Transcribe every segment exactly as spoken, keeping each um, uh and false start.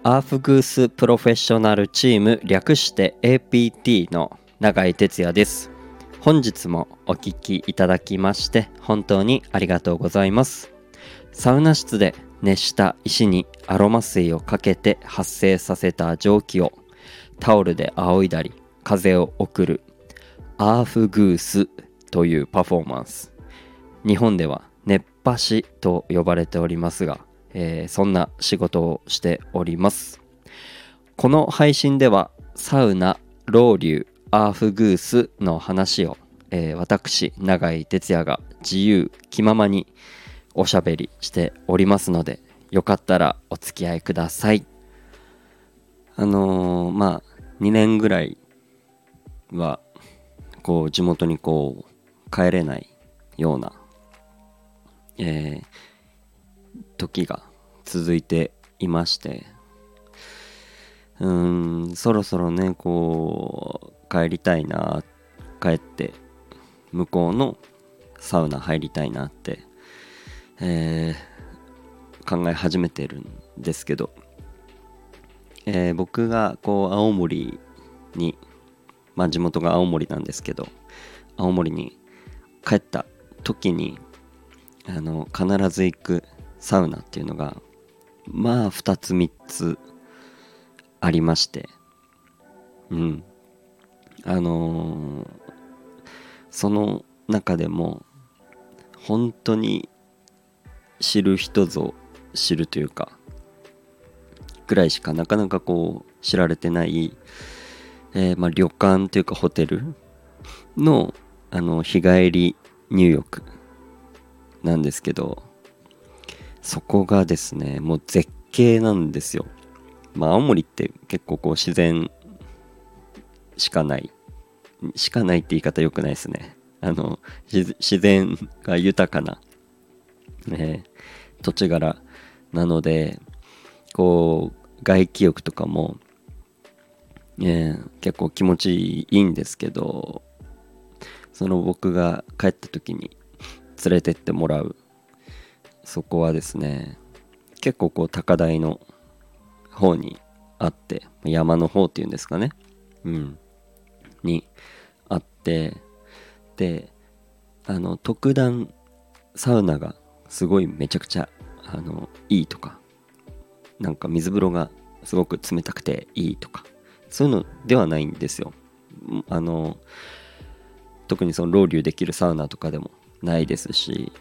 アーフグースプロフェッショナルチーム略して エーピーティー の永井哲也です。本日もお聞きいただきまして本当にありがとうございます。サウナ室で熱した石にアロマ水をかけて発生させた蒸気をタオルで仰いだり風を送るアーフグースというパフォーマンス、日本では熱波師と呼ばれておりますが、えー、そんな仕事をしております。この配信ではサウナ、ロウリュ、アーフグースの話を、えー、私永井哲也が自由気ままにおしゃべりしておりますので、よかったらお付き合いください。あのー、まあにねんぐらいはこう地元にこう帰れないような、えー、時が続いていまして、うーんそろそろねこう帰りたいな、帰って向こうのサウナ入りたいなって、えー、考え始めてるんですけど、えー、僕がこう青森に、まあ地元が青森なんですけど、青森に帰った時にあの必ず行くサウナっていうのがまあふたつみっつありまして、うんあのー、その中でも本当に知る人ぞ知るというかぐらいしかなかなかこう知られてない、えー、まあ旅館というかホテルのあの日帰り入浴なんですけど、そこがですねもう絶景なんですよ。まあ青森って結構こう自然しかないしかないって言い方良くないですね。あの自然が豊かな、えー、土地柄なので、こう外気浴とかも、えー、結構気持ちいいんですけど、その僕が帰った時に連れてってもらうそこはですね、結構こう高台の方にあって、山の方っていうんですかね、うんにあって、であの特段サウナがすごいめちゃくちゃあのいいとか、なんか水風呂がすごく冷たくていいとかそういうのではないんですよ。あの特にそのロウリュできるサウナとかでもないですし、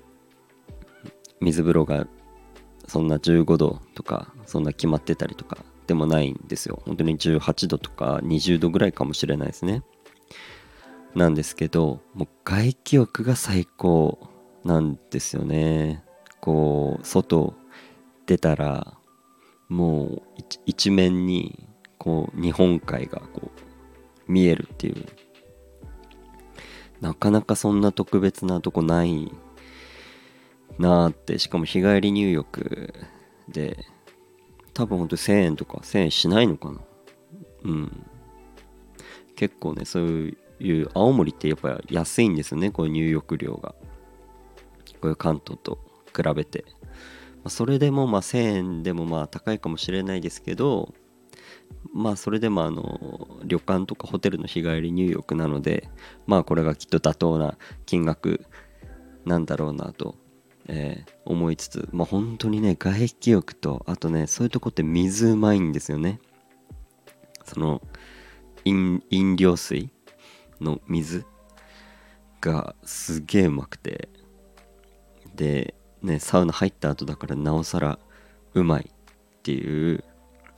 水風呂がそんなじゅうごどとかそんな決まってたりとかでもないんですよ。本当にじゅうはちどとかにじゅうどぐらいかもしれないですね。なんですけど、もう外気浴が最高なんですよね。こう外出たらもう一面にこう日本海がこう見えるっていう、なかなかそんな特別なとこないなーって。しかも日帰り入浴で多分ほんとせんえんとかせんえんしないのかな。うん結構ね、そういう青森ってやっぱ安いんですよね、こういう入浴料が、こういう関東と比べて。それでもまあせんえんでもまあ高いかもしれないですけど、まあそれでもあの旅館とかホテルの日帰り入浴なので、まあこれがきっと妥当な金額なんだろうなと、えー、思いつつ、まあ本当にね外気浴と、あとねそういうとこって水うまいんですよね。その飲, 飲料水の水がすげえうまくて、でねサウナ入った後だからなおさらうまいっていう、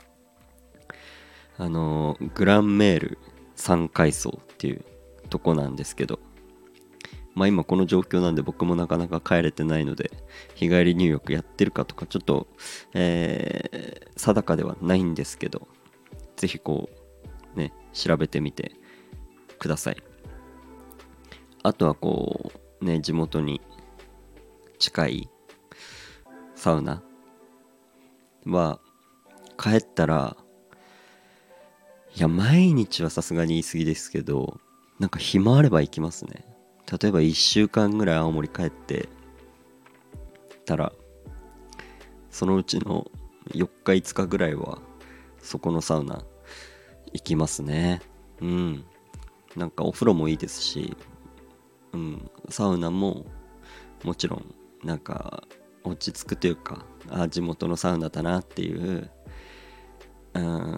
あのグランメールさん階層っていうとこなんですけど、まあ今この状況なんで僕もなかなか帰れてないので日帰り入浴やってるかとかちょっと、えー、定かではないんですけど、ぜひこうね調べてみてください。あとはこうね地元に近いサウナは帰ったら、いや毎日はさすがに言い過ぎですけど、なんか暇あれば行きますね。例えばいっしゅうかんぐらい青森帰ってたら、そのうちのよっかいつかぐらいはそこのサウナ行きますね。うん。なんかお風呂もいいですし、うん、サウナももちろんなんか落ち着くというか、あ、地元のサウナだなっていう、うん、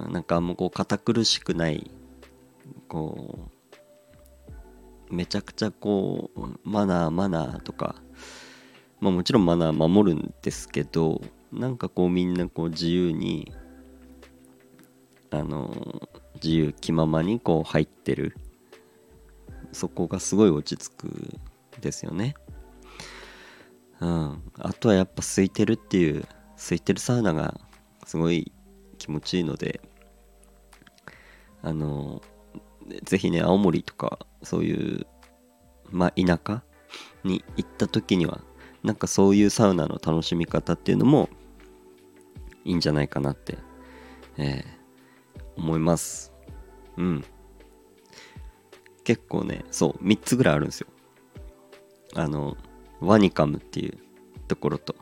なんかもうこう堅苦しくない、こうめちゃくちゃこうマナーマナーとか、まあもちろんマナー守るんですけど、なんかこうみんなこう自由に、あの自由気ままにこう入ってる、そこがすごい落ち着くですよね。うん、あとはやっぱ空いてるっていう、空いてるサウナがすごい気持ちいいので、あのぜひね、青森とかそういうまあ田舎に行った時には、なんかそういうサウナの楽しみ方っていうのもいいんじゃないかなって、えー思います。うん。結構ね、そうみっつぐらいあるんですよ。あのワニカムっていうところと、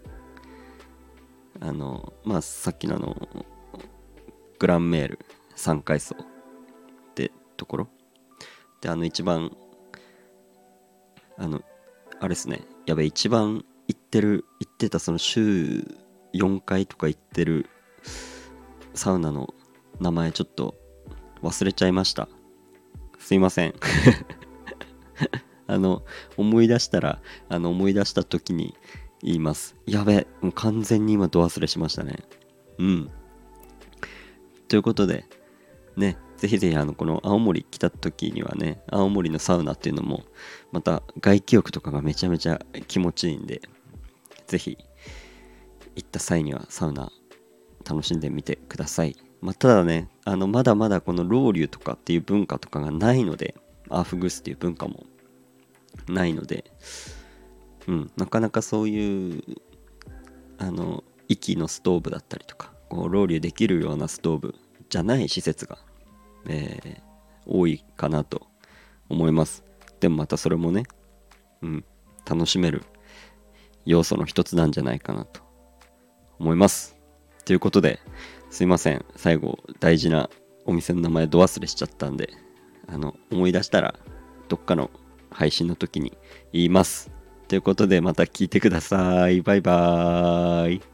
あのまあさっきのあのグランメールさんかい層ってところで、あの一番、あのあれですね、やべ、一番行ってる行ってた、その週よんかいとか行ってるサウナの名前ちょっと忘れちゃいました。すいません。あの思い出したら、あの思い出した時に言います。やべ、もう完全に今ド忘れしましたね。うん。ということでね、ぜひぜひあのこの青森来た時にはね、青森のサウナっていうのもまた外気浴とかがめちゃめちゃ気持ちいいんで、ぜひ行った際にはサウナ楽しんでみてください。まあ、ただね、あのまだまだこのロウリュとかっていう文化とかがないので、アーフグースっていう文化もないので、うん、なかなかそういうあの息のストーブだったりとか、こうロウリュできるようなストーブじゃない施設が、えー多いかなと思います。でもまたそれもね、うん、楽しめる要素の一つなんじゃないかなと思います。ということで、すいません、最後大事なお店の名前ど忘れしちゃったんで、あの思い出したらどっかの配信の時に言います。ということで、また聞いてください。バイバーイ。